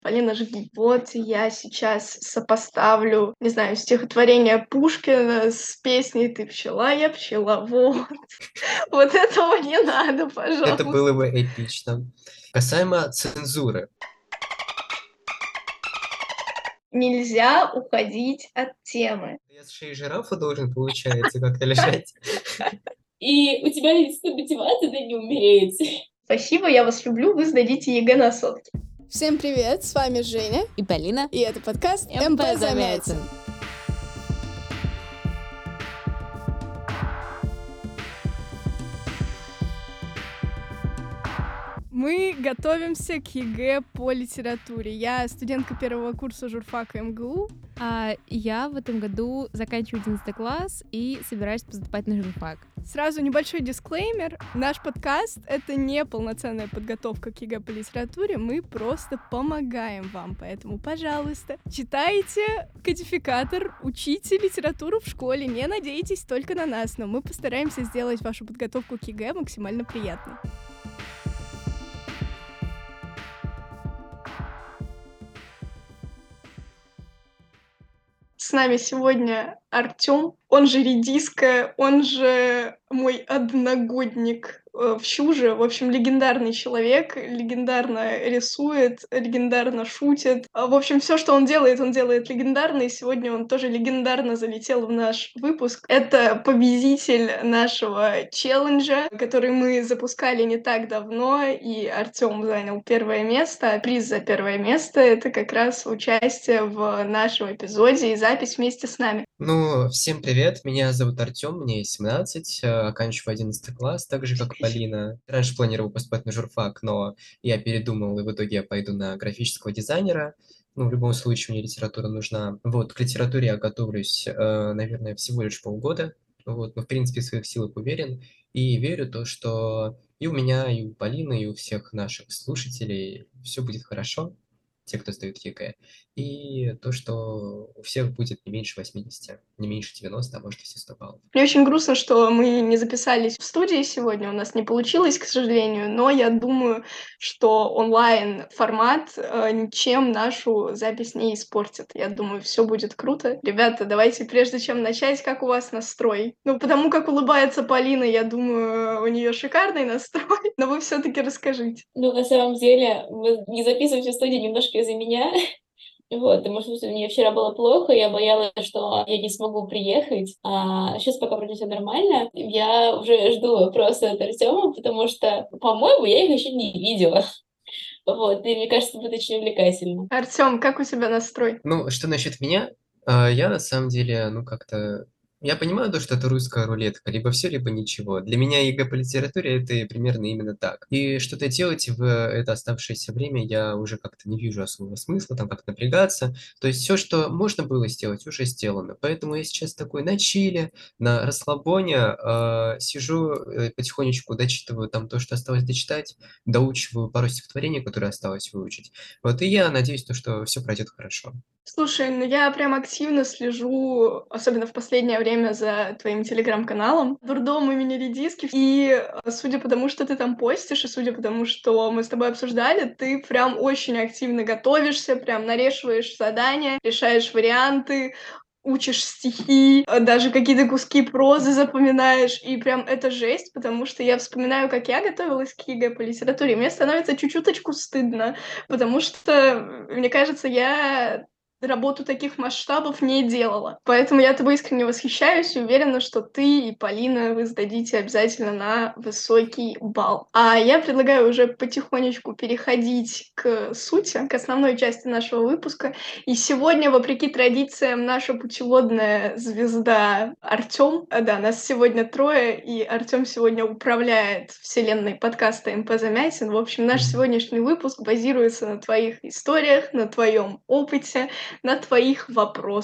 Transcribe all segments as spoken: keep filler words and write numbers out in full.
Полина же, вот я сейчас сопоставлю, не знаю, стихотворение Пушкина с песней «Ты пчела, я пчеловод». Вот этого не надо, Это пожалуйста. было бы эпично. Касаемо цензуры. Нельзя уходить от темы. Я с шеи жирафа должен, получается, как-то лежать. И у тебя есть мотивация, да, не умереть. Спасибо, я вас люблю, вы сдадите ЕГЭ на сотки. Всем привет, с вами Женя и Полина, и это подкаст МП Замятин. Мы готовимся к ЕГЭ по литературе. Я студентка первого курса журфака МГУ. А я в этом году заканчиваю одиннадцатый класс и собираюсь поступать на журфак. Сразу небольшой дисклеймер. Наш подкаст — это не полноценная подготовка к ЕГЭ по литературе. Мы просто помогаем вам. Поэтому, пожалуйста, читайте кодификатор, учите литературу в школе. Не надейтесь только на нас, но мы постараемся сделать вашу подготовку к ЕГЭ максимально приятной. С нами сегодня Артём, он же Редиска, он же мой одногодник э, в Чуже. В общем, легендарный человек, легендарно рисует, легендарно шутит. А, В общем, все, что он делает, он делает легендарно, и сегодня он тоже легендарно залетел в наш выпуск. Это победитель нашего челленджа, который мы запускали не так давно, и Артём занял первое место. А приз за первое место — это как раз участие в нашем эпизоде и запись вместе с нами. Ну, всем привет, меня зовут Артем, мне семнадцать, э, оканчиваю одиннадцатый класс, так же, как Полина. Раньше планировал поступать на журфак, но я передумал, и в итоге я пойду на графического дизайнера. Ну, в любом случае, мне литература нужна. Вот, к литературе я готовлюсь, э, наверное, всего лишь полгода. Вот, но, в принципе, в своих силах уверен. И верю то, что и у меня, и у Полины, и у всех наших слушателей все будет хорошо, те, кто сдают ЕГЭ. И то, что у всех будет не меньше восьмидесяти, не меньше девяноста, а может и все сто баллов. Мне очень грустно, что мы не записались в студии сегодня, у нас не получилось, к сожалению, но я думаю, что онлайн-формат э, ничем нашу запись не испортит. Я думаю, все будет круто. Ребята, давайте, прежде чем начать, как у вас настрой? Ну, потому как улыбается Полина, я думаю, у нее шикарный настрой, но вы все-таки расскажите. Ну, на самом деле, мы не записываемся в студии немножко из-за меня. Вот, потому что мне вчера было плохо, я боялась, что я не смогу приехать. А сейчас пока вроде все нормально. Я уже жду вопросы от Артема, потому что, по-моему, я их еще не видела. Вот, и мне кажется, будет очень увлекательно. Артём, как у тебя настрой? Ну, что насчет меня? А, Я на самом деле, ну как-то... Я понимаю то, что это русская рулетка, либо все, либо ничего. Для меня ЕГЭ по литературе это примерно именно так. И что-то делать в это оставшееся время я уже как-то не вижу особого смысла, там как-то напрягаться. То есть все, что можно было сделать, уже сделано. Поэтому я сейчас такой на чиле, на расслабоне, э, сижу, э, потихонечку дочитываю там то, что осталось дочитать, доучиваю пару стихотворений, которые осталось выучить. Вот, и я надеюсь, то, что все пройдет хорошо. Слушай, ну я прям активно слежу, особенно в последнее время, за твоим телеграм-каналом «Дурдом имени Редиски». И э, судя по тому, что ты там постишь, и судя по тому, что мы с тобой обсуждали, ты прям очень активно готовишься, прям нарешиваешь задания, решаешь варианты, учишь стихи, э, даже какие-то куски прозы запоминаешь, и прям это жесть, потому что я вспоминаю, как я готовилась к ЕГЭ по литературе, и мне становится чуть-чуточку стыдно, потому что, мне кажется, я работу таких масштабов не делала. Поэтому я тобой искренне восхищаюсь и уверена, что ты и Полина вы сдадите обязательно на высокий балл. А я предлагаю уже потихонечку переходить к сути, к основной части нашего выпуска. И сегодня, вопреки традициям, наша путеводная звезда Артём. А, Да, нас сегодня трое, и Артём сегодня управляет вселенной подкаста МП Замятин. В общем, наш Мгм. сегодняшний выпуск базируется на твоих историях, на твоем опыте, на твоих вопросах.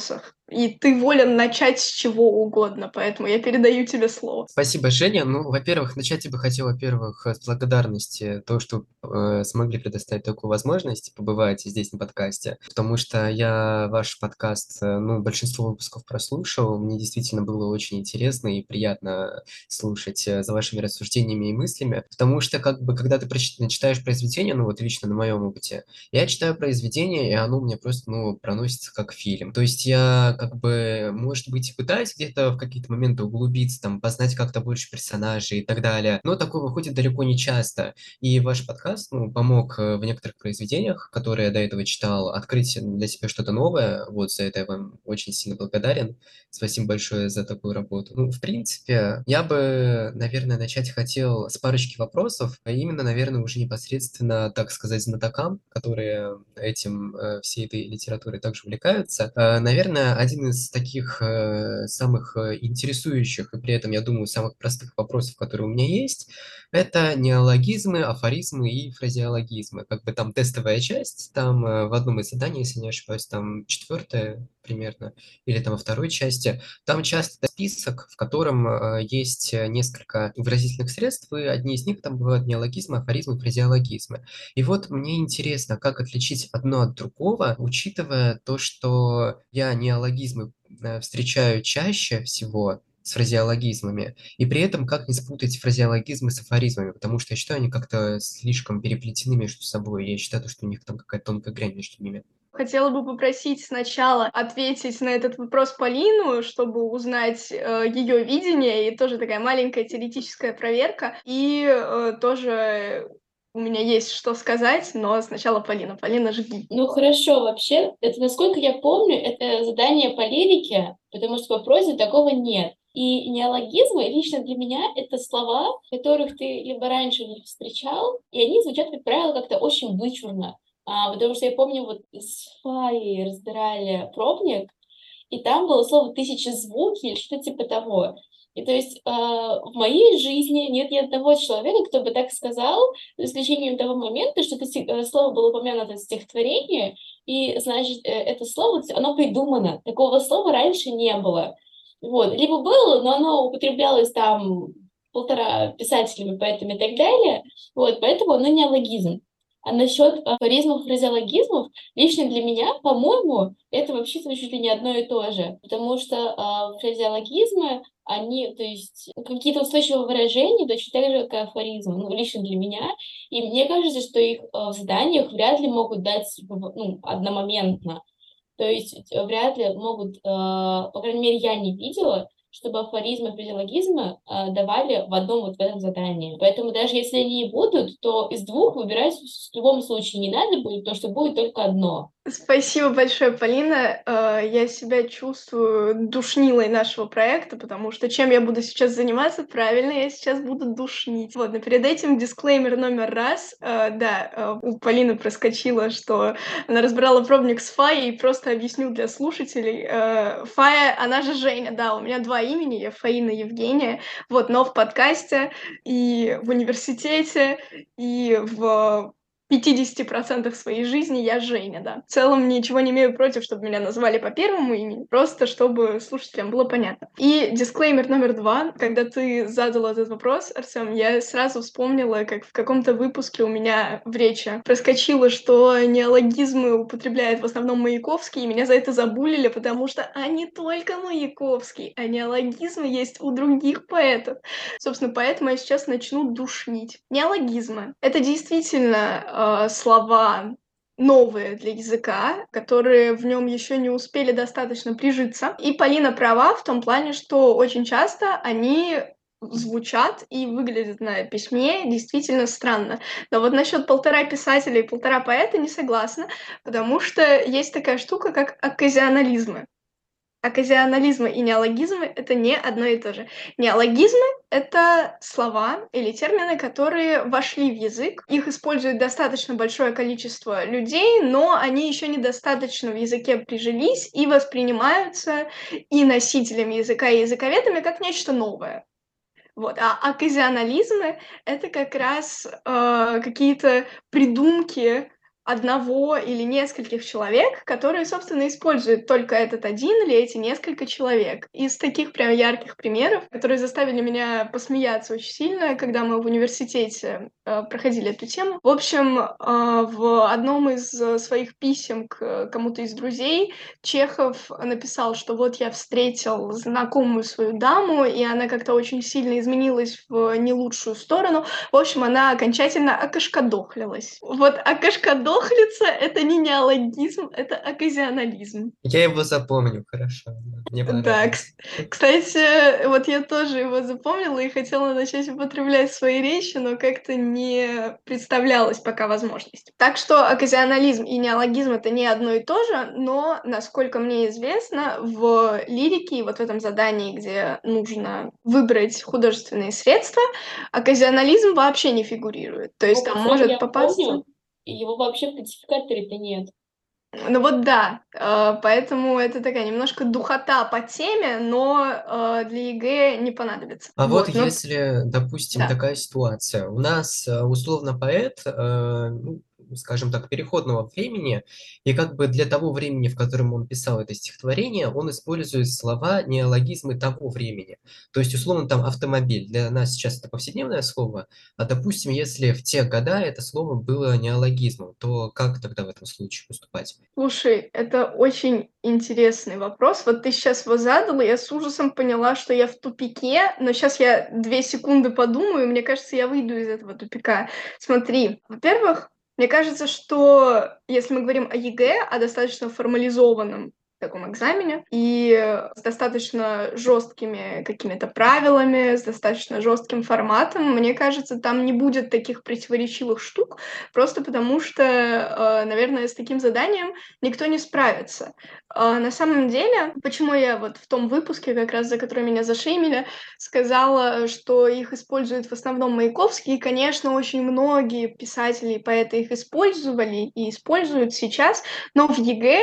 и ты волен начать с чего угодно, поэтому я передаю тебе слово. Спасибо, Женя. Ну, во-первых, начать я бы хотел, во-первых, с благодарности то, что э, смогли предоставить такую возможность побывать здесь на подкасте, потому что я ваш подкаст, э, ну, большинство выпусков прослушал, мне действительно было очень интересно и приятно слушать э, за вашими рассуждениями и мыслями, потому что, как бы, когда ты прочит- читаешь произведение, ну, вот лично на моем опыте, я читаю произведение, и оно у меня просто, ну, проносится как фильм. То есть я, как бы, может быть, и пытаюсь где-то в какие-то моменты углубиться, там, познать как-то больше персонажей и так далее, но такое выходит далеко не часто. И ваш подкаст, ну, помог э, в некоторых произведениях, которые я до этого читал, открыть для себя что-то новое. Вот за это я вам очень сильно благодарен. Спасибо большое за такую работу. Ну, в принципе, я бы, наверное, начать хотел с парочки вопросов, а именно, наверное, уже непосредственно, так сказать, знатокам, которые этим, э, всей этой литературой также увлекаются. Э, Наверное, один из таких э, самых э, интересующих и при этом, я думаю, самых простых вопросов, которые у меня есть, это неологизмы, афоризмы и фразеологизмы. Как бы там тестовая часть, там э, в одном из заданий, если не ошибаюсь, там четвертое примерно, или там во второй части, там часто список, в котором э, есть э, несколько выразительных средств, и одни из них там бывают неологизмы, афоризмы, фразеологизмы. И вот мне интересно, как отличить одно от другого, учитывая то, что я неологизмы э, встречаю чаще всего с фразеологизмами, и при этом как не спутать фразеологизмы с афоризмами, потому что я считаю, они как-то слишком переплетены между собой, и я считаю, что у них там какая-то тонкая грань между ними. Хотела бы попросить сначала ответить на этот вопрос Полину, чтобы узнать э, ее видение, и тоже такая маленькая теоретическая проверка. И э, тоже у меня есть что сказать, но сначала Полина. Полина, жги. Ну хорошо, вообще, это, насколько я помню, это задание по лирике, потому что по прозе такого нет. И неологизмы лично для меня это слова, которых ты либо раньше не встречал, и они звучат, как правило, как-то очень вычурно. А, потому что я помню, вот с Фаей разбирали пробник, и там было слово «тысячи звуки» или что-то типа того. И то есть э, в моей жизни нет ни одного человека, кто бы так сказал, за исключением того момента, что это стих- э, слово было упомянуто в стихотворении, и, значит, э, это слово, оно придумано. Такого слова раньше не было. Вот. Либо было, но оно употреблялось там полтора писателями, поэтами и так далее. Вот. Поэтому оно неологизм. А насчет афоризмов, фразеологизмов, лично для меня, по-моему, это вообще чуть ли не одно и то же. Потому что э, фразеологизмы, они, то есть, какие-то устойчивые выражения, точно так же, как и афоризмы, ну, лично для меня. И мне кажется, что их э, в заданиях вряд ли могут дать в- ну, одномоментно. То есть э, вряд ли могут, э, по крайней мере, я не видела, чтобы афоризмы и фразеологизмы э, давали в одном вот в этом задании. Поэтому даже если они и будут, то из двух выбирать в любом случае не надо будет, потому что будет только одно. Спасибо большое, Полина. Э, Я себя чувствую душнилой нашего проекта, потому что чем я буду сейчас заниматься? Правильно, я сейчас буду душнить. Вот, но перед этим дисклеймер номер раз. Э, Да, э, у Полины проскочило, что она разбирала пробник с Фаей, и просто объясню для слушателей. Э, Фая, она же Женя, да, у меня два имени, я Фаина Евгения. Вот, но в подкасте и в университете, и в пятидесяти процентах своей жизни я Женя, да. В целом ничего не имею против, чтобы меня назвали по первому имени, просто чтобы слушателям было понятно. И дисклеймер номер два. Когда ты задал этот вопрос, Артём, я сразу вспомнила, как в каком-то выпуске у меня в речи проскочило, что неологизмы употребляет в основном Маяковский, и меня за это забулили, потому что а не только Маяковский, а неологизмы есть у других поэтов. Собственно, поэтому я сейчас начну душнить. Неологизмы. Это действительно э, слова новые для языка, которые в нем еще не успели достаточно прижиться. И Полина права в том плане, что очень часто они звучат и выглядят на письме действительно странно. Но вот насчет полтора писателя и полтора поэта не согласна, потому что есть такая штука, как оказионализмы. Оказионализмы и неологизмы — это не одно и то же. Неологизмы — это слова или термины, которые вошли в язык. Их использует достаточно большое количество людей, но они еще недостаточно в языке прижились и воспринимаются и носителями языка, и языковедами как нечто новое. Вот. А оказионализмы — это как раз э, какие-то придумки одного или нескольких человек, которые, собственно, используют только этот один или эти несколько человек. Из таких прям ярких примеров, которые заставили меня посмеяться очень сильно, когда мы в университете э, проходили эту тему. В общем, э, в одном из э, своих писем к кому-то из друзей Чехов написал, что вот я встретил знакомую свою даму, и она как-то очень сильно изменилась в не лучшую сторону. В общем, она окончательно окашкадохлилась. Вот окашкадохлиться — это не неологизм, это оказионализм. Я его запомню, хорошо. Да. Мне Да, понравилось. кс- кстати, вот я тоже его запомнила и хотела начать употреблять в своей речи, но как-то не представлялась пока возможность. Так что оказионализм и неологизм — это не одно и то же, но, насколько мне известно, в лирике, и вот в этом задании, где нужно выбрать художественные средства, оказионализм вообще не фигурирует. То есть Ну, там насколько может я попасться... помню, его вообще в классификаторе-то нет. Ну вот да, э, поэтому это такая немножко духота по теме, но э, для ЕГЭ не понадобится. А вот Вот, ну если, допустим, да. такая ситуация, у нас э, условно поэт, э, ну, скажем так, переходного времени, и как бы для того времени, в котором он писал это стихотворение, он использует слова, неологизмы того времени. То есть, условно, там автомобиль. Для нас сейчас это повседневное слово, а, допустим, если в те года это слово было неологизмом, то как тогда в этом случае поступать? Слушай, это очень интересный вопрос. Вот ты сейчас его задала, я с ужасом поняла, что я в тупике, но сейчас я две секунды подумаю, и мне кажется, я выйду из этого тупика. Смотри, во-первых, мне кажется, что если мы говорим о ЕГЭ, о достаточно формализованном таком экзамене, и с достаточно жесткими какими-то правилами, с достаточно жестким форматом, мне кажется, там не будет таких противоречивых штук, просто потому что, э, наверное, с таким заданием никто не справится. А, на самом деле, почему я вот в том выпуске, как раз за который меня зашеймили, сказала, что их используют в основном Маяковский, и, конечно, очень многие писатели и поэты их использовали и используют сейчас, но в ЕГЭ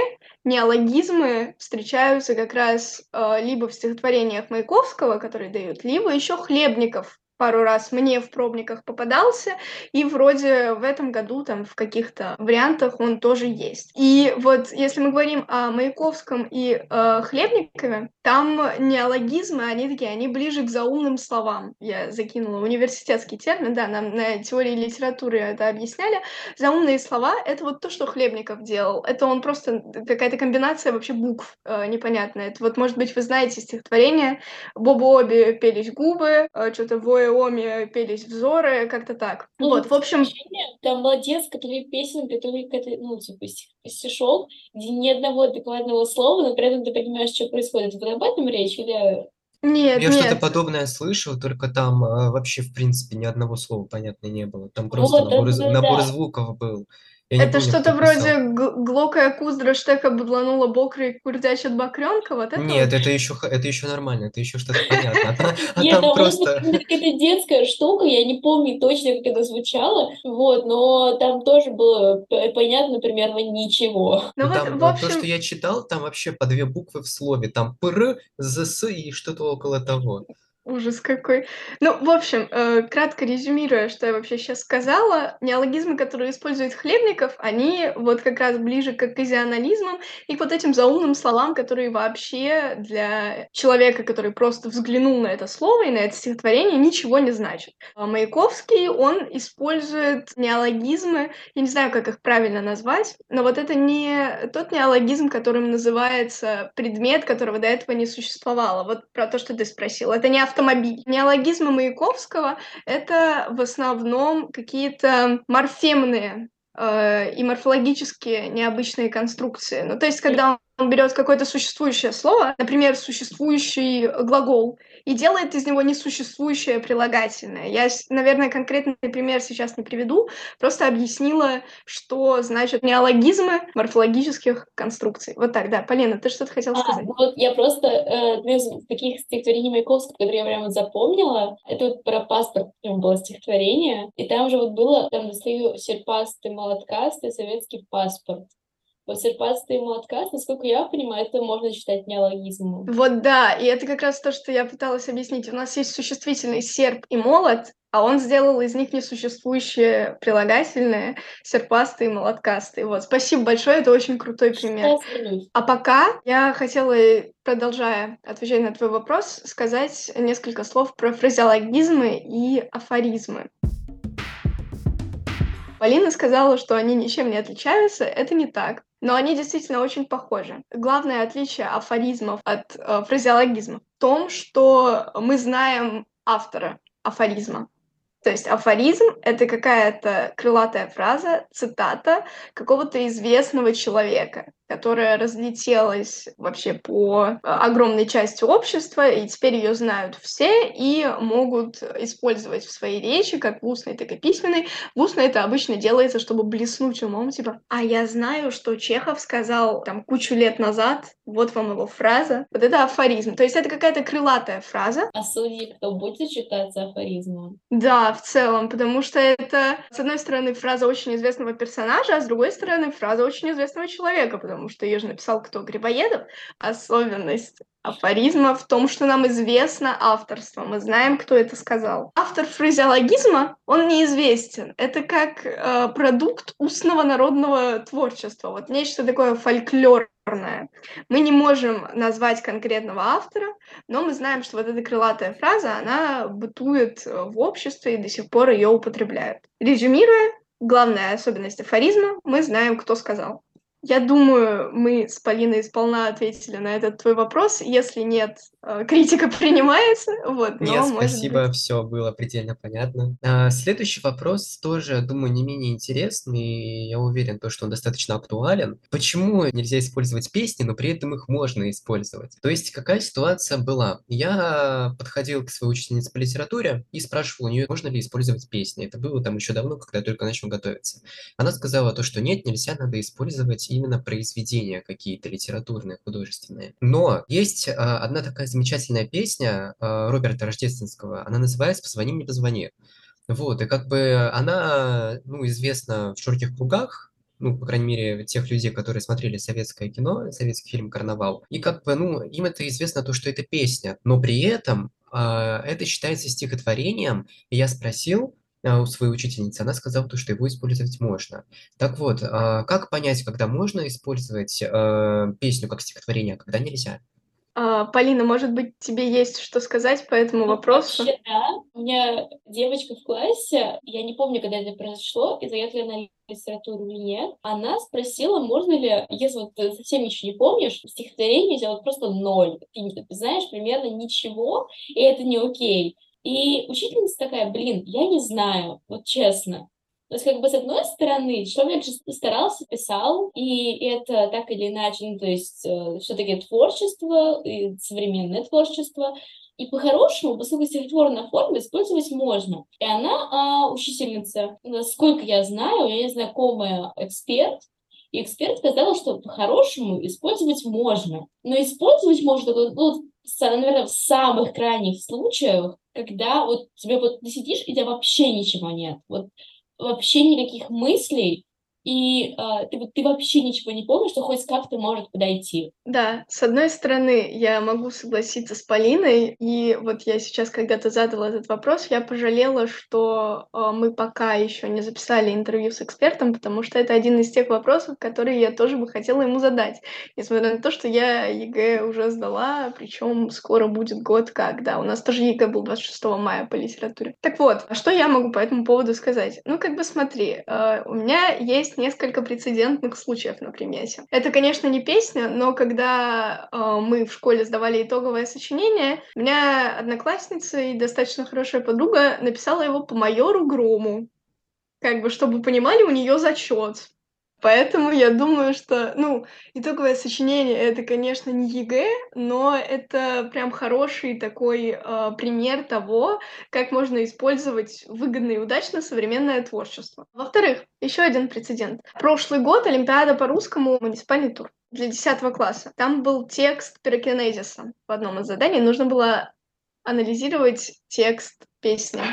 неологизмы встречаются как раз э, либо в стихотворениях Маяковского, которые дают, либо еще Хлебников пару раз мне в пробниках попадался, и вроде в этом году там в каких-то вариантах он тоже есть. И вот если мы говорим о Маяковском и э, Хлебникове, там неологизмы, они такие, они ближе к заумным словам. Я закинула университетский термин, да, нам на теории литературы это объясняли. Заумные слова — это вот то, что Хлебников делал. Это он просто какая-то комбинация вообще букв э, непонятная. Это вот, может быть, вы знаете стихотворение «Бобу-обе пелись губы», э, что-то в Оми пелись взоры, как-то так. Ну, Вот, вот в общем, ощущение, там молодец, который песен, который, который, ну, типа, стих- стишок, где ни одного адекватного слова, но при этом ты понимаешь, что происходит. Вот об этом речь или... нет, Я что-то нет, подобное слышал, только там а, вообще, в принципе, ни одного слова понятно не было. Там просто Вот, набор, з- набор да-да-да. звуков был. Я не это помню, кто что-то вроде писал. г- «Глокая куздра штека бадланула бокрый курдяч от бокрёнка», вот это вот? Нет, это еще, х- это еще нормально, это еще что-то понятно. А там, а Нет, там там может быть просто... именно какая-то детская штука, я не помню точно, как это звучало, вот, но там тоже было п- понятно примерно ничего. Ну Ну вот, там в э, то, что общем, я читал, там вообще по две буквы в слове. Там пр, зс и что-то около того. ужас какой. Ну, в общем, э, кратко резюмируя, что я вообще сейчас сказала, неологизмы, которые использует Хлебников, они вот как раз ближе к оказионализмам и к вот этим заумным словам, которые вообще для человека, который просто взглянул на это слово и на это стихотворение, ничего не значат. А Маяковский, он использует неологизмы, я не знаю, как их правильно назвать, но вот это не тот неологизм, которым называется предмет, которого до этого не существовало. Вот про то, что ты спросил. Это не автомобиль. Неологизмы Маяковского — это в основном какие-то морфемные э, и морфологически необычные конструкции. Ну, то есть, когда он берет какое-то существующее слово, например, существующий глагол, и делает из него несуществующее прилагательное. Я, с- наверное, конкретный пример сейчас не приведу, просто объяснила, что значит неологизмы морфологических конструкций. Вот так, да. Полина, ты что-то хотела А, сказать? ну вот я просто э, одно из таких стихотворений Маяковского, которые я прямо запомнила, это вот про паспорт, прям было стихотворение, и там же вот было, там достаю серпасты молоткасты, советский паспорт. Вот серпастый молоткаст, насколько я понимаю, это можно считать неологизмом. Вот да, и это как раз то, что я пыталась объяснить. У нас есть существительный серп и молот, а он сделал из них несуществующее прилагательное серпастый и молоткастый. Вот, спасибо большое, это очень крутой пример. Сейчас вернусь. А пока я хотела, продолжая отвечать на твой вопрос, сказать несколько слов про фразеологизмы и афоризмы. Полина сказала, что они ничем не отличаются. Это не так. Но они действительно очень похожи. Главное отличие афоризмов от э, фразеологизмов в том, что мы знаем автора афоризма. То есть афоризм — это какая-то крылатая фраза, цитата какого-то известного человека, которая разлетелась вообще по э, огромной части общества, и теперь ее знают все и могут использовать в своей речи, как в устной, так и письменной. В устной это обычно делается, чтобы блеснуть умом, типа «А я знаю, что Чехов сказал там кучу лет назад, вот вам его фраза». Вот это афоризм. То есть это какая-то крылатая фраза. А судьи кто будет считаться афоризмом? Да, в целом, потому что это, с одной стороны, фраза очень известного персонажа, а с другой стороны, фраза очень известного человека, потому что ее же написал кто? Грибоедов. Особенность афоризма в том, что нам известно авторство, мы знаем, кто это сказал. Автор фразеологизма, он неизвестен. Это как э, продукт устного народного творчества, вот нечто такое фольклорное. Мы не можем назвать конкретного автора, но мы знаем, что вот эта крылатая фраза, она бытует в обществе и до сих пор ее употребляют. Резюмируя, главная особенность афоризма — мы знаем, кто сказал. Я думаю, мы с Полиной сполна ответили на этот твой вопрос. Если нет, э, критика принимается. Вот, но, Нет, может спасибо, быть... все было предельно понятно. А, следующий вопрос тоже, думаю, не менее интересный, и я уверен, то, что он достаточно актуален. Почему нельзя использовать песни, но при этом их можно использовать? То есть, какая ситуация была? Я подходил к своей учительнице по литературе и спрашивал у нее, можно ли использовать песни. Это было там еще давно, когда я только начал готовиться. Она сказала то, что нет, нельзя, надо использовать именно произведения какие-то литературные, художественные. Но есть а, одна такая замечательная песня а, Роберта Рождественского, она называется «Позвони мне, позвони». Вот, и как бы она, ну, известна в широких кругах, ну, по крайней мере, тех людей, которые смотрели советское кино, советский фильм «Карнавал». И как бы, ну, им это известно то, что это песня, но при этом а, это считается стихотворением. И я спросил а, у своей учительницы, она сказала то, что его использовать можно. Так вот, а, как понять, когда можно использовать а, песню как стихотворение, а когда нельзя? А, Полина, может быть, тебе есть что сказать по этому Ну, вопросу? вообще, да. У меня девочка в классе, я не помню, когда это произошло, и зовет ли она литературу или нет. Она спросила, можно ли, если вот ты совсем ничего не помнишь, стихотворение сделать просто ноль. Ты не знаешь примерно ничего, и это не окей. И учительница такая, блин, я не знаю, вот честно. То есть, как бы, с одной стороны, человек же старался, писал, и это так или иначе, ну, то есть, э, все-таки творчество, и современное творчество, и по-хорошему, поскольку стихотворная форма использовать можно. И она, а, учительница, насколько я знаю, я не знакомая эксперт, и эксперт сказала, что по-хорошему использовать можно. Но использовать можно, ну, наверное, в самых крайних случаях, когда вот тебе вот ты сидишь, и у тебя вообще ничего нет. Вот вообще никаких мыслей, и э, ты, ты вообще ничего не помнишь, что хоть как-то может подойти. Да, с одной стороны, я могу согласиться с Полиной, и вот я сейчас, когда ты задала этот вопрос, я пожалела, что э, мы пока еще не записали интервью с экспертом, потому что это один из тех вопросов, которые я тоже бы хотела ему задать, несмотря на то, что я ЕГЭ уже сдала, причем скоро будет год как, да, у нас тоже ЕГЭ был двадцать шестого мая по литературе. Так вот, а что я могу по этому поводу сказать? Ну, как бы смотри, э, у меня есть несколько прецедентных случаев на примете. Это, конечно, не песня, но когда Когда э, мы в школе сдавали итоговое сочинение, у меня одноклассница и достаточно хорошая подруга написала его по майору Грому, как бы, чтобы понимали, у нее зачет. Поэтому я думаю, что, ну, итоговое сочинение — это, конечно, не ЕГЭ, но это прям хороший такой э, пример того, как можно использовать выгодно и удачно современное творчество. Во-вторых, еще один прецедент. Прошлый год Олимпиада по русскому, муниципальный тур для десятого класса. Там был текст пирокинезиса в одном из заданий. Нужно было анализировать текст песни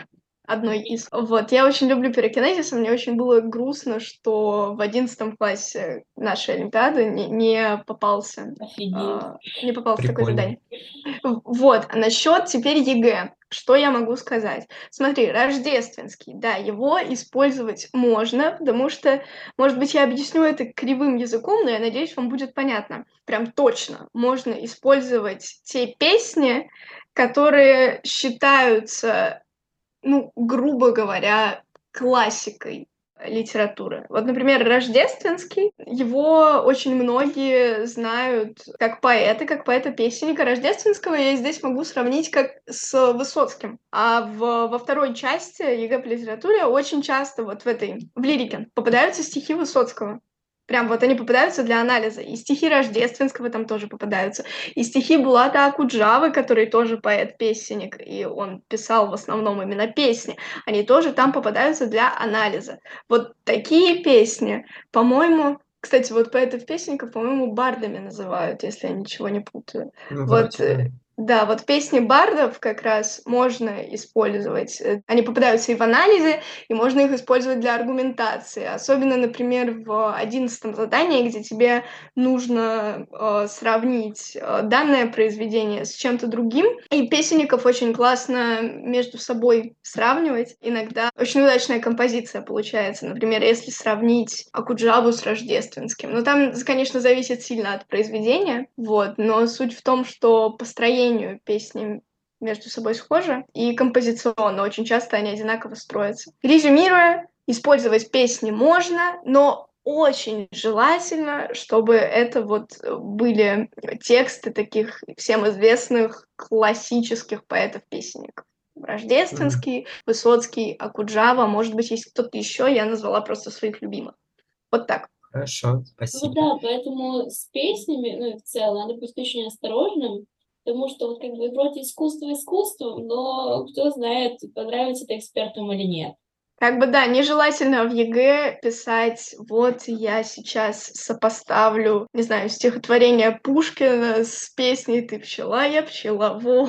одной из. Вот, я очень люблю пирокинезис, и мне очень было грустно, что в одиннадцатом классе нашей Олимпиады не, не попался, Офигеть. а, не попался такое Прикольно. задание. В- Вот, а насчет теперь ЕГЭ. Что я могу сказать? Смотри, рождественский, да, его использовать можно, потому что, может быть, я объясню это кривым языком, но я надеюсь, вам будет понятно. Прям точно можно использовать те песни, которые считаются, ну, грубо говоря, классикой литературы. Вот, например, Рождественский, его очень многие знают как поэта, как поэта-песенника. Рождественского я здесь могу сравнить как с Высоцким. А в, во второй части ЕГЭ по литературе очень часто вот в этой, в лирике попадаются стихи Высоцкого. Прям вот они попадаются для анализа. И стихи Рождественского там тоже попадаются. И стихи Булата Акуджавы, который тоже поэт-песенник, и он писал в основном именно песни, они тоже там попадаются для анализа. Вот такие песни, по-моему, кстати, вот поэтов-песенников, по-моему, бардами называют, если я ничего не путаю. Ну, Вот, вроде, да. э, да, вот песни бардов как раз можно использовать. Э, Они попадаются и в анализе, и можно их использовать для аргументации. Особенно, например, в одиннадцатом задании, где тебе нужно э, сравнить э, данное произведение с чем-то другим. И песенников очень классно между собой сравнивать. Иногда очень удачная композиция получается. Например, если сравнить Акуджаву с Рождественским. Ну, там, конечно, зависит сильно от произведения, вот, но суть в том, что построение песни между собой схожи, и композиционно очень часто они одинаково строятся. Резюмируя, использовать песни можно, но очень желательно, чтобы это вот были тексты таких всем известных классических поэтов-песенников. Мгм. Рождественский, Высоцкий, Акуджава, может быть, есть кто-то еще, я назвала просто своих любимых. Вот так. Хорошо, Ну спасибо. да, поэтому с песнями, ну и в целом, надо быть очень осторожным, потому что вот как бы вроде искусство искусством, но кто знает, понравится это экспертам или нет. Как бы да, нежелательно в ЕГЭ писать, вот я сейчас сопоставлю, не знаю, стихотворение Пушкина с песней «Ты пчела, я пчеловод».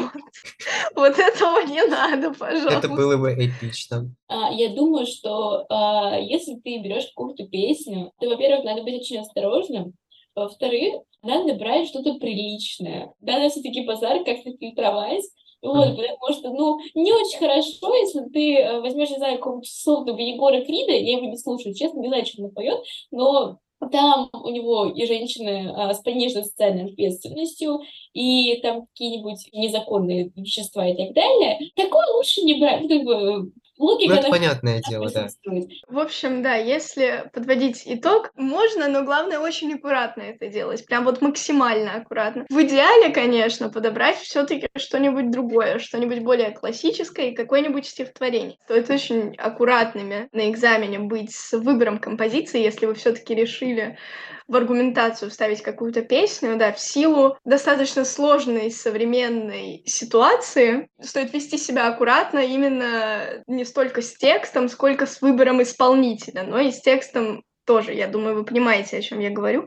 Вот этого не надо, Это пожалуйста. было бы эпично. А, Я думаю, что а, если ты берешь какую-то песню, то, во-первых, надо быть очень осторожным, во-вторых, надо брать что-то приличное. Надо все-таки базар как-то фильтровать. Вот, Мгм. потому что, ну, не очень хорошо, если ты э, возьмешь, не знаю, какого-то условного Егора Крида, я его не слушаю, честно, не знаю, что он поет, но там у него и женщины а, с пониженной социальной ответственностью, и там какие-нибудь незаконные вещества и так далее. Такое лучше не брать. Ну, как бы, Ну, логика, это она понятное дело, да. присутствует. В общем, да, если подводить итог, можно, но главное очень аккуратно это делать, прям вот максимально аккуратно. В идеале, конечно, подобрать все-таки что-нибудь другое, что-нибудь более классическое и какое-нибудь стихотворение. Стоит очень аккуратными на экзамене быть с выбором композиции, если вы все-таки решили в аргументацию вставить какую-то песню, да, в силу достаточно сложной современной ситуации стоит вести себя аккуратно именно не столько с текстом, сколько с выбором исполнителя, но и с текстом тоже. Я думаю, вы понимаете, о чем я говорю.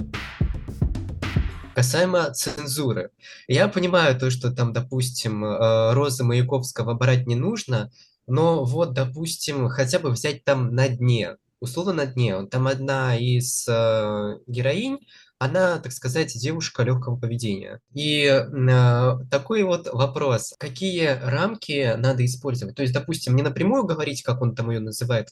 Касаемо цензуры. Я понимаю то, что там, допустим, э, Розы Маяковского брать не нужно, но вот, допустим, хотя бы взять там «На дне». Условно «На дне». Вот там одна из э, героинь, она, так сказать, девушка легкого поведения. И э, такой вот вопрос. Какие рамки надо использовать? То есть, допустим, не напрямую говорить, как он там ее называет,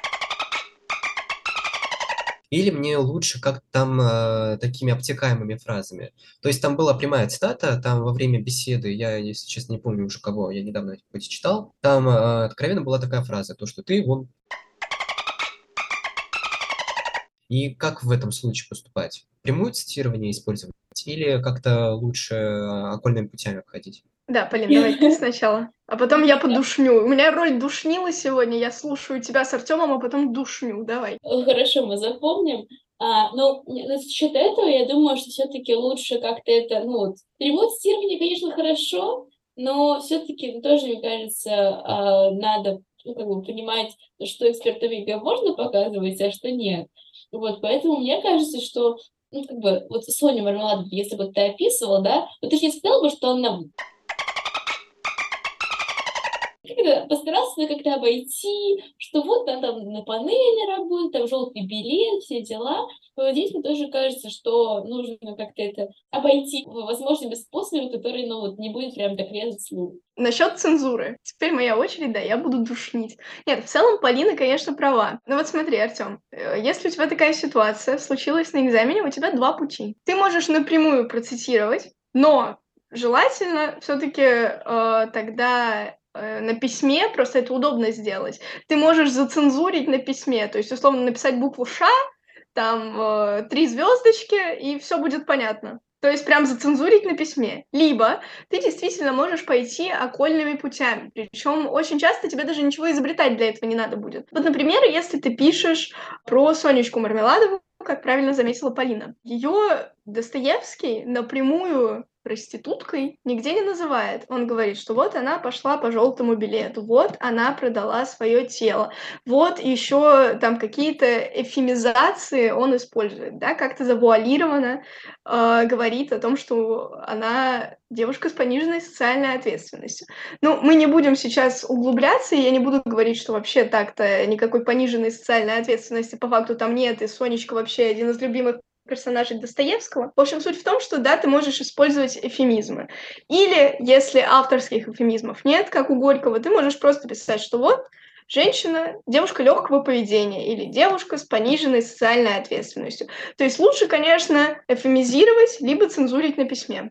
или мне лучше как-то там э, такими обтекаемыми фразами. То есть там была прямая цитата, там во время беседы, я, если честно, не помню уже кого, я недавно хоть и читал, там э, откровенно была такая фраза, то, что ты вон... И как в этом случае поступать? Прямое цитирование использовать или как-то лучше э, окольными путями обходить? Да, Полин, давай ты сначала. А потом я подушню. У меня роль душнила сегодня. Я слушаю тебя с Артемом, а потом душню. Давай. Хорошо, мы запомним. А, но насчет этого, я думаю, что все-таки лучше как-то это, ну, вот, прямое цитирование, конечно, хорошо, но все-таки тоже, мне кажется, а, надо, ну, как бы понимать, что экспертам ЕГЭ можно показывать, а что нет. Вот, поэтому мне кажется, что, ну, как бы, вот Соню Мармеладову, если бы ты описывал, да, вот ты же не сказал бы, что она как-то постарался это как-то обойти, что вот она там на панели работает, там желтый билет, все дела. Но здесь мне тоже кажется, что нужно как-то это обойти возможными способами, которые, ну, вот, не будет прям так резать слух. Насчет цензуры. Теперь моя очередь, да, я буду душнить. Нет, в целом Полина, конечно, права. Но вот смотри, Артём, э, если у тебя такая ситуация случилась на экзамене, у тебя два пути. Ты можешь напрямую процитировать, но желательно все-таки э, тогда э, на письме, просто это удобно сделать. Ты можешь зацензурить на письме, то есть условно написать букву «Ш», там э, три звездочки, и все будет понятно. То есть прям зацензурить на письме. Либо ты действительно можешь пойти окольными путями. Причем очень часто тебе даже ничего изобретать для этого не надо будет. Вот, например, если ты пишешь про Сонечку Мармеладову, как правильно заметила Полина, ее Достоевский напрямую проституткой нигде не называет. Он говорит, что вот она пошла по желтому билету, вот она продала свое тело, вот еще там какие-то эвфемизации он использует, да, как-то завуалированно э, говорит о том, что она девушка с пониженной социальной ответственностью. Ну, мы не будем сейчас углубляться, и я не буду говорить, что вообще так-то никакой пониженной социальной ответственности по факту там нет, и Сонечка вообще один из любимых персонажей Достоевского. В общем, суть в том, что, да, ты можешь использовать эвфемизмы. Или, если авторских эвфемизмов нет, как у Горького, ты можешь просто писать, что вот, женщина, девушка легкого поведения или девушка с пониженной социальной ответственностью. То есть лучше, конечно, эвфемизировать, либо цензурить на письме.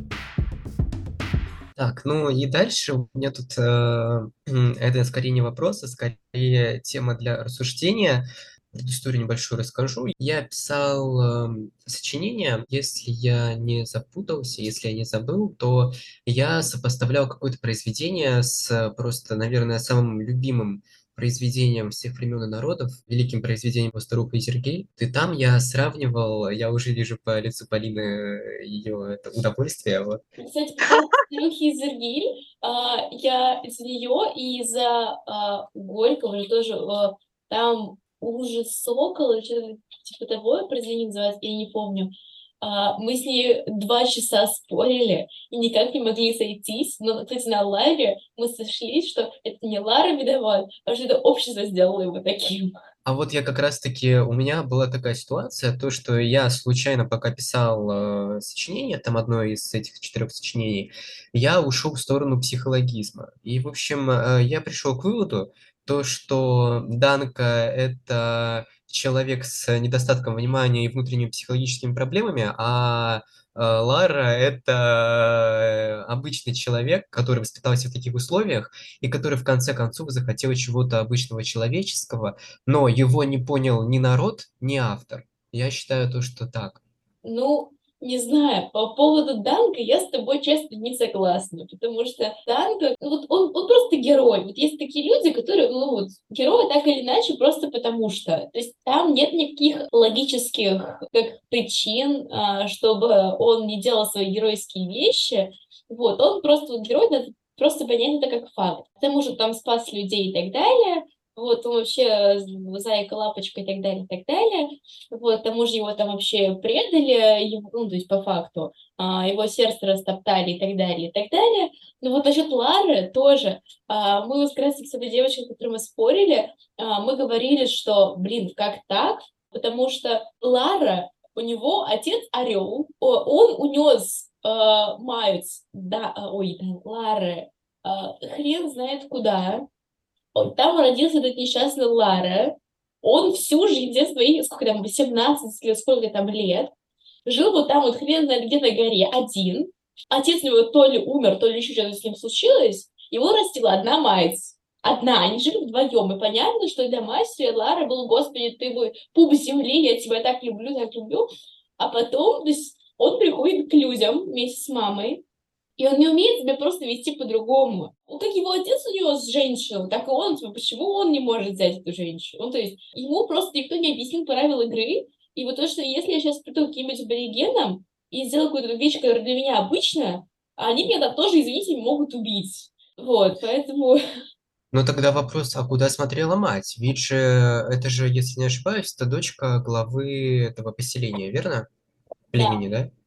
Так, ну и дальше у меня тут э, это скорее не вопрос, а скорее тема для рассуждения. Предысторию небольшую расскажу. Я писал э, сочинение, если я не запутался, если я не забыл, то я сопоставлял какое-то произведение с просто, наверное, самым любимым произведением всех времен и народов, великим произведением Пастерука и Сергей. И там я сравнивал, я уже вижу по лицу Полины ее это удовольствие. Вот. Кстати, по поводу Старухи Изергиль, а, я из нее и из-за а, Горького же тоже а, там «Ужас сокола» или что-то типа того произведение называется, я не помню. А, мы с ней два часа спорили и никак не могли сойтись, но, кстати, на Ларе мы сошлись, что это не Лара виноват, а что это общество сделало его таким. А вот я как раз-таки, у меня была такая ситуация, то, что я случайно, пока писал э, сочинение, там одно из этих четырех сочинений, я ушел в сторону психологизма. И, в общем, э, я пришел к выводу, то, что Данка– это человек с недостатком внимания и внутренними психологическими проблемами, а э, Лара– это э, обычный человек, который воспитался в таких условиях, и который в конце концов захотел чего-то обычного человеческого, но его не понял ни народ, ни автор. Я считаю то, что так. Ну, не знаю, по поводу Данка я с тобой, честно, не согласна, потому что Данка, ну, вот он, он просто герой. Вот есть такие люди, которые, ну, вот, герои так или иначе просто потому что. То есть там нет никаких логических как причин, а, чтобы он не делал свои геройские вещи. Вот, он просто вот герой, надо просто понять это как факт. Потому что там спас людей и так далее. Вот, он вообще зайка, лапочка и так далее, и так далее. Вот, к тому же его там вообще предали, его, ну, то есть по факту, а, его сердце растоптали и так далее, и так далее. Но вот насчет Лары тоже. А, мы вот как раз с этой девочкой, с которой мы спорили, а, мы говорили, что, блин, как так? Потому что Лара, у него отец орел, он унес а, Майлз, да, а, ой, да, Лары, а, хрен знает куда. Там родился этот несчастный Лара. Он всю жизнь, где свои, сколько там, восемнадцать или сколько там лет, жил вот там вот хрен знает где на горе один. Отец у него то ли умер, то ли еще что-то с ним случилось. Его растила одна мать. Одна, они жили вдвоем. И понятно, что для матери Лара был, господи, ты мой пуп земли, я тебя так люблю, так люблю. А потом, то есть, он приходит к людям вместе с мамой, и он не умеет себя просто вести по-другому. Ну, как его отец унес женщину, так и он, почему он не может взять эту женщину? Ну, то есть ему просто никто не объяснил правила игры. И вот то, что если я сейчас приду к каким-нибудь аборигенам и сделаю какую-то вещь, которая для меня обычная, они меня там тоже, извините, могут убить. Вот, поэтому... Но тогда вопрос, а куда смотрела мать? Ведь же это же, если не ошибаюсь, это дочка главы этого поселения, верно? Да, Племени, да?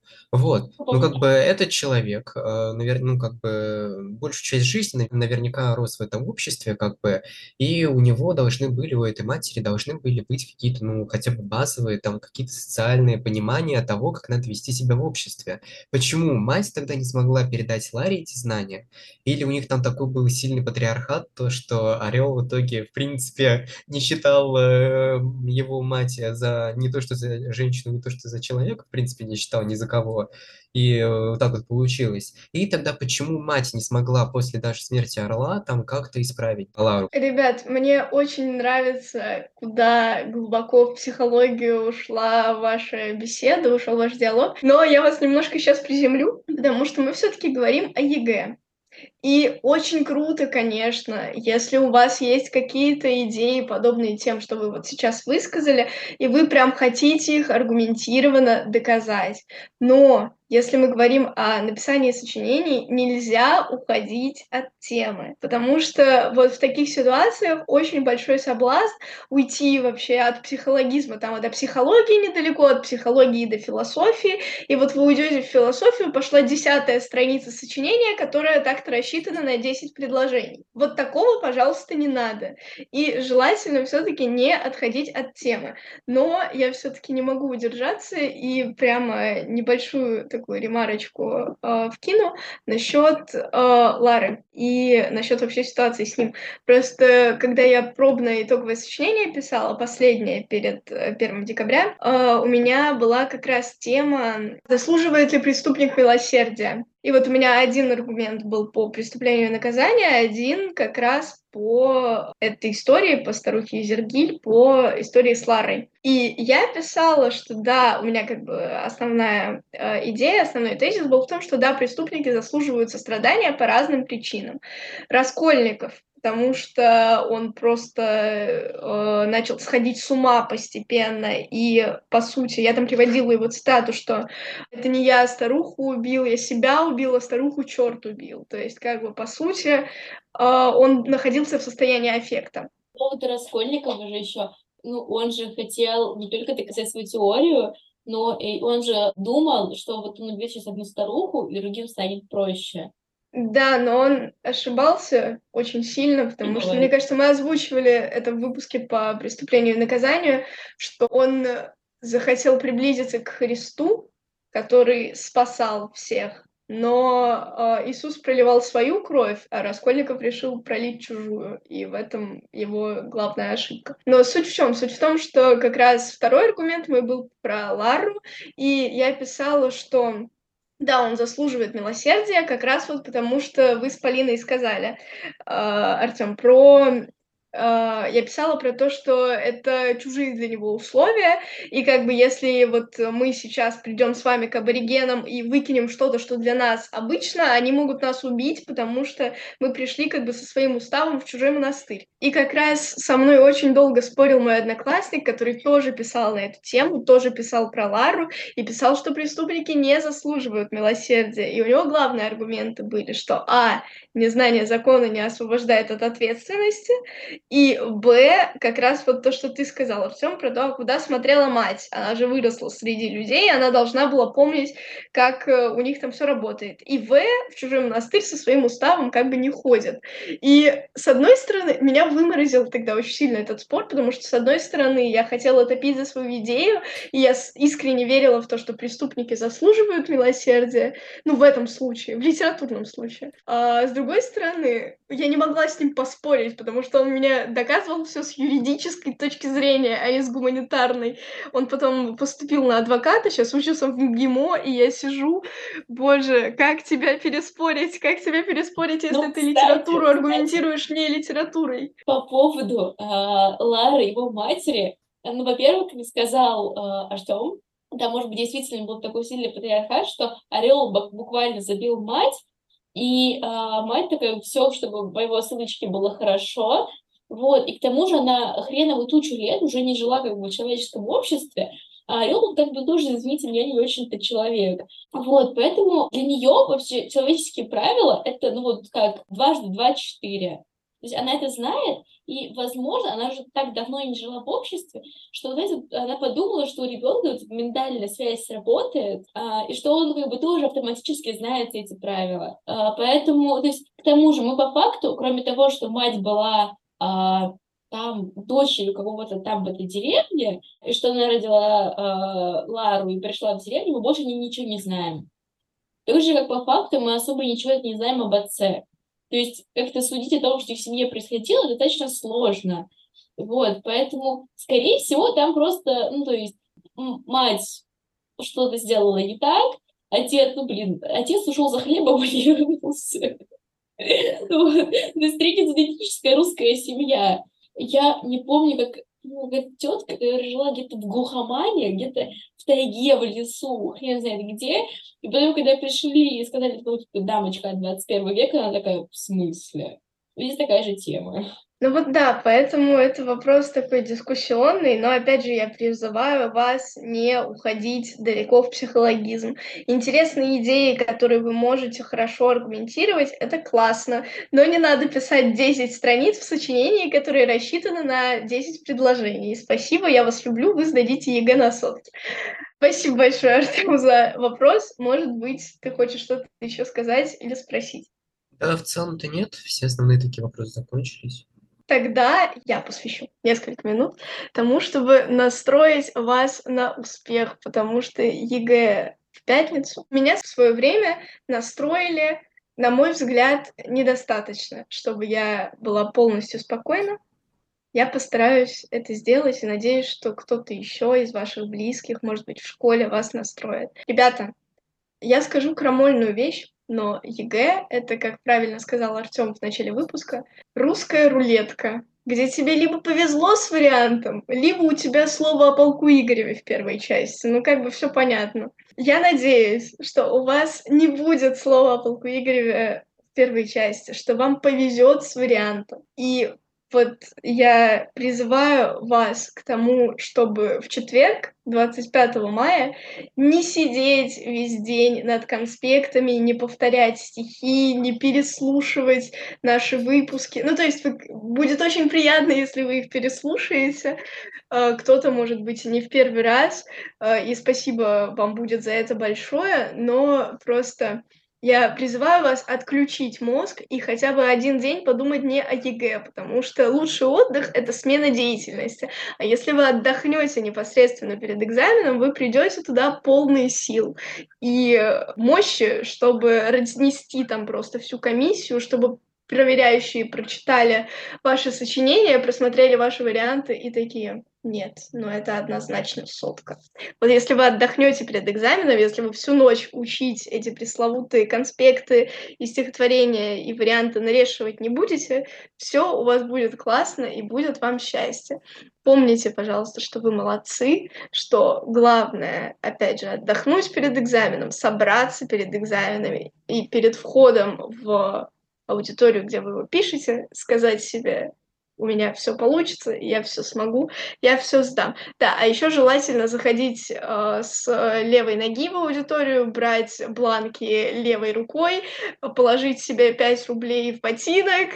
Вот. По Ну, поводу как бы этот человек, наверное, ну, как бы большую часть жизни нав- наверняка рос в этом обществе, как бы, и у него должны были, у этой матери должны были быть какие-то, ну, хотя бы базовые, там, какие-то социальные понимания того, как надо вести себя в обществе. Почему мать тогда не смогла передать Ларе эти знания? Или у них там такой был сильный патриархат, то, что Орел в итоге, в принципе, не считал э, его мать за не то, что за женщину, не то, что за человека, в принципе, не считал ни за кого. И э, вот так вот получилось. И тогда почему мать не смогла после даже смерти Орла там как-то исправить Лару? Ребят, мне очень нравится, куда глубоко в психологию ушла ваша беседа, ушел ваш диалог. Но я вас немножко сейчас приземлю, потому что мы все-таки говорим о ЕГЭ. И очень круто, конечно, если у вас есть какие-то идеи, подобные тем, что вы вот сейчас высказали, и вы прям хотите их аргументированно доказать. Но если мы говорим о написании сочинений, нельзя уходить от темы, потому что вот в таких ситуациях очень большой соблазн уйти вообще от психологизма, там, до психологии недалеко, от психологии до философии, и вот вы уйдете в философию, пошла десятая страница сочинения, которая так-то рассчитана на десять предложений. Вот такого, пожалуйста, не надо. И желательно все-таки не отходить от темы. Но я все-таки не могу удержаться и прямо небольшую такую ремарочку э, вкину насчет э, Лары и насчет вообще ситуации с ним. Просто когда я пробное итоговое сочинение писала, последнее перед э, первым декабря, э, у меня была как раз тема «Заслуживает ли преступник милосердия?». И вот у меня один аргумент был по преступлению и наказанию, а один как раз по этой истории, по старухе Изергиль, по истории с Ларой. И я писала, что да, у меня как бы основная э, идея, основной тезис был в том, что да, преступники заслуживают сострадания по разным причинам. Раскольников, потому что он просто э, начал сходить с ума постепенно, и, по сути, я там приводила его цитату, что это не я старуху убил, я себя убил, а старуху черт убил. То есть, как бы, по сути, э, он находился в состоянии аффекта. По поводу Раскольникова же еще, ну, он же хотел не только доказать свою теорию, но и он же думал, что вот он убьет сейчас одну старуху, и другим станет проще. Да, но он ошибался очень сильно, потому что, мне Бывает. кажется, мы озвучивали это в выпуске по преступлению и наказанию, что он захотел приблизиться к Христу, который спасал всех, но э, Иисус проливал свою кровь, а Раскольников решил пролить чужую, и в этом его главная ошибка. Но суть в чем? Суть в том, что как раз второй аргумент мой был про Лару, и я писала, что да, он заслуживает милосердия, как раз вот потому, что вы с Полиной сказали, Артём, про... э, я писала про то, что это чужие для него условия, и как бы если вот мы сейчас придем с вами к аборигенам и выкинем что-то, что для нас обычно, они могут нас убить, потому что мы пришли как бы со своим уставом в чужой монастырь. И как раз со мной очень долго спорил мой одноклассник, который тоже писал на эту тему, тоже писал про Лару, и писал, что преступники не заслуживают милосердия. И у него главные аргументы были, что а. незнание закона не освобождает от ответственности, и б. как раз вот то, что ты сказала, Артём, про то, куда смотрела мать. Она же выросла среди людей, она должна была помнить, как у них там все работает. И в. в чужой монастырь со своим уставом как бы не ходят. И с одной стороны, меня выморозил тогда очень сильно этот спор, потому что с одной стороны я хотела топить за свою идею, и я искренне верила в то, что преступники заслуживают милосердия, ну, в этом случае, в литературном случае. А с другой стороны, я не могла с ним поспорить, потому что он мне доказывал все с юридической точки зрения, а не с гуманитарной. Он потом поступил на адвоката, сейчас учится в МГИМО, и я сижу, боже, как тебя переспорить, как тебя переспорить, если Ну, ты кстати, литературу кстати. аргументируешь не литературой? По поводу э, Лары, его матери, ну, во-первых, как сказал э, Артём, да, может быть, действительно был такой сильный патриархат, что Орел буквально забил мать, и э, мать такая, все, чтобы по его ссылочке было хорошо, вот, и к тому же она хреновую тучу лет уже не жила как бы в человеческом обществе, а Орел, он как бы тоже, извините меня, не очень-то человек. Вот, поэтому для нее вообще человеческие правила — это, ну, вот как дважды два — четыре. То есть она это знает, и, возможно, она уже так давно не жила в обществе, что, знаете, она подумала, что у ребенка вот ментальная связь сработает, а, и что он как бы тоже автоматически знает эти правила. А, поэтому, то есть, к тому же мы по факту, кроме того, что мать была а, там дочерью какого-то там в этой деревне, и что она родила а, Лару и пришла в деревню, мы больше ни- ничего не знаем. Так же, как по факту, мы особо ничего не знаем об отце. То есть как-то судить о том, что в семье происходило, достаточно сложно. Вот, поэтому, скорее всего, там просто, ну, то есть м- мать что-то сделала не так, отец, ну, блин, отец ушел за хлебом и не вернулся. Вот. То есть среднестатистическая русская семья. Я не помню, как ну, тетка, которая жила где-то в глухомане, где-то в тайге, в лесу, хрен знает где. И потом, когда пришли и сказали, что типа, дамочка от двадцать первого века, она такая, в смысле? Здесь такая же тема. Ну вот да, поэтому это вопрос такой дискуссионный, но опять же я призываю вас не уходить далеко в психологизм. Интересные идеи, которые вы можете хорошо аргументировать, это классно, но не надо писать десять страниц в сочинении, которые рассчитаны на десять предложений. Спасибо, я вас люблю, вы сдадите ЕГЭ на сотки. Спасибо большое, Артем, за вопрос. Может быть, ты хочешь что-то еще сказать или спросить? Да, в целом-то нет, все основные такие вопросы закончились. Тогда я посвящу несколько минут тому, чтобы настроить вас на успех, потому что ЕГЭ в пятницу меня в свое время настроили, на мой взгляд, недостаточно, чтобы я была полностью спокойна. Я постараюсь это сделать и надеюсь, что кто-то еще из ваших близких, может быть, в школе вас настроит. Ребята, я скажу крамольную вещь, но ЕГЭ — это, как правильно сказал Артем в начале выпуска, русская рулетка, где тебе либо повезло с вариантом, либо у тебя слово о полку Игореве в первой части. Ну, как бы все понятно. Я надеюсь, что у вас не будет слова о полку Игореве в первой части, что вам повезет с вариантом. И вот я призываю вас к тому, чтобы в четверг, двадцать пятого мая, не сидеть весь день над конспектами, не повторять стихи, не переслушивать наши выпуски. Ну, то есть вы- будет очень приятно, если вы их переслушаете. Э, Кто-то, может быть, и не в первый раз, э, и спасибо вам будет за это большое, но просто я призываю вас отключить мозг и хотя бы один день подумать не о ЕГЭ, потому что лучший отдых — это смена деятельности. А если вы отдохнете непосредственно перед экзаменом, вы придете туда полные сил и э, мощи, чтобы разнести там просто всю комиссию, чтобы проверяющие прочитали ваши сочинения, просмотрели ваши варианты и такие: нет, ну это однозначно сотка. Вот если вы отдохнете перед экзаменом, если вы всю ночь учить эти пресловутые конспекты и стихотворения и варианты нарешивать не будете, все у вас будет классно и будет вам счастье. Помните, пожалуйста, что вы молодцы, что главное, опять же, отдохнуть перед экзаменом, собраться перед экзаменами и перед входом в аудиторию, где вы его пишете, сказать себе: у меня все получится, я все смогу, я все сдам. Да, а еще желательно заходить э, с левой ноги в аудиторию, брать бланки левой рукой, положить себе пять рублей в ботинок,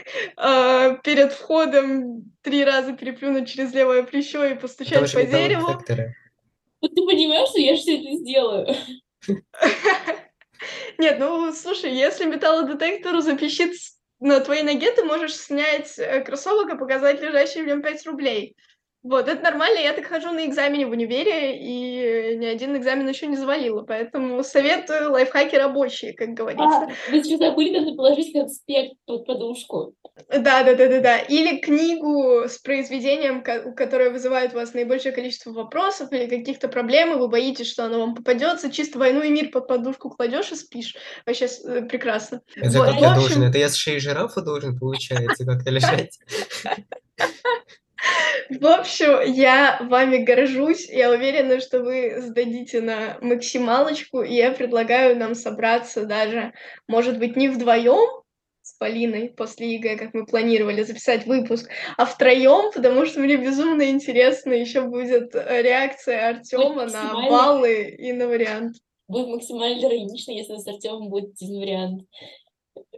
э, перед входом три раза переплюнуть через левое плечо и Это постучать уже по дереву. металлодетекторы. Вот ты понимаешь, что я же все это сделаю? Нет, ну слушай, если металлодетектору запищит с- на твоей ноге, ты можешь снять э, кроссовок и показать лежащие в нем пять рублей. Вот, это нормально, я так хожу на экзамене в универе, и ни один экзамен еще не завалила, поэтому советую, лайфхаки рабочие, как говорится. А, вы сейчас забыли, надо положить конспект под подушку. Да, да, да, да, да. Или книгу с произведением, ко- которое вызывает у вас наибольшее количество вопросов или каких-то проблем, и вы боитесь, что оно вам попадется. Чисто «Войну и мир» под подушку кладешь и спишь. Вообще с- э, прекрасно. Это Вот, как в я должен? общем, Это я с шеей жирафа должен, получается, как-то лежать? в общем, я вами горжусь. Я уверена, что вы сдадите на максималочку, и я предлагаю нам собраться даже, может быть, не вдвоем с Полиной после ЕГЭ, как мы планировали записать выпуск, а втроем, потому что мне безумно интересно еще будет э, реакция Будет Артема на максимально, баллы и на вариант. будет максимально иронично, если с Артемом будет один вариант.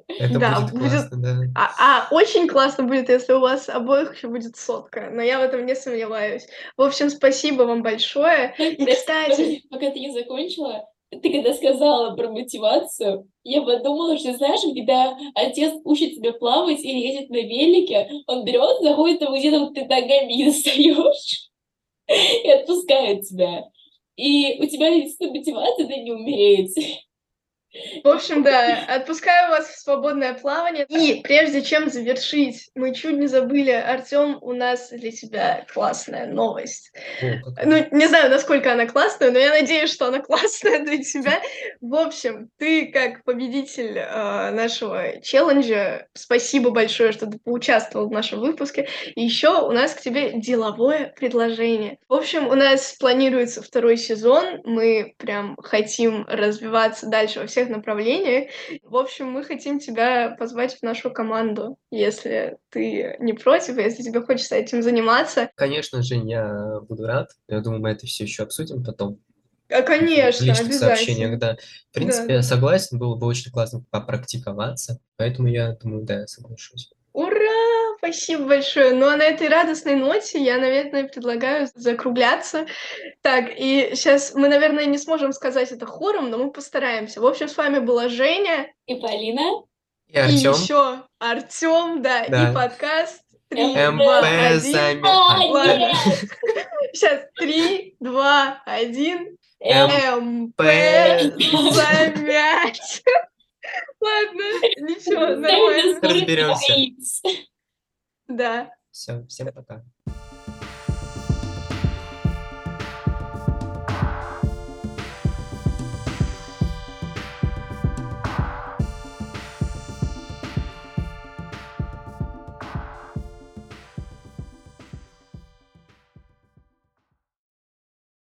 Это Да, будет будет... классно, да. А, а очень классно будет, если у вас обоих еще будет сотка, но я в этом не сомневаюсь. В общем, спасибо вам большое. И, Подожди, кстати, подожди, пока ты не закончила, ты когда сказала про мотивацию, я подумала, что, знаешь, когда отец учит тебя плавать или едет на велике, он берет, заходит, а где-то вот ты ногами не достаешь и отпускает тебя. И у тебя действительно мотивация, да, не умереть. в общем, да, отпускаю вас в свободное плавание. И прежде чем завершить, мы чуть не забыли, Артём, у нас для тебя классная новость. О, какая. Ну, не знаю, насколько она классная, но я надеюсь, что она классная для тебя. В общем, ты как победитель э, нашего челленджа, спасибо большое, что ты поучаствовал в нашем выпуске. И еще у нас к тебе деловое предложение. В общем, у нас планируется второй сезон, мы прям хотим развиваться дальше во всех направлениях. В общем, мы хотим тебя позвать в нашу команду, если ты не против, если тебе хочется этим заниматься. Конечно, Жень, я буду рад. Я думаю, мы это все еще обсудим потом А, в конечно, личных сообщениях, обязательно. да. В принципе, Да, я да. согласен, было бы очень классно попрактиковаться, поэтому я думаю, да, я соглашусь. Ура! Спасибо большое. Ну, а на этой радостной ноте я, наверное, предлагаю закругляться. Так, и сейчас мы, наверное, не сможем сказать это хором, но мы постараемся. В общем, с вами была Женя И Полина, И и Артем, еще Артем, да, и да, подкаст три, два, МП один. зами... А, А, Ладно, нет! сейчас три, два, один. Эм, МП замять. Ладно, ничего, ставим на нормально. скорость разберемся. два икс. Да. Все, всем пока.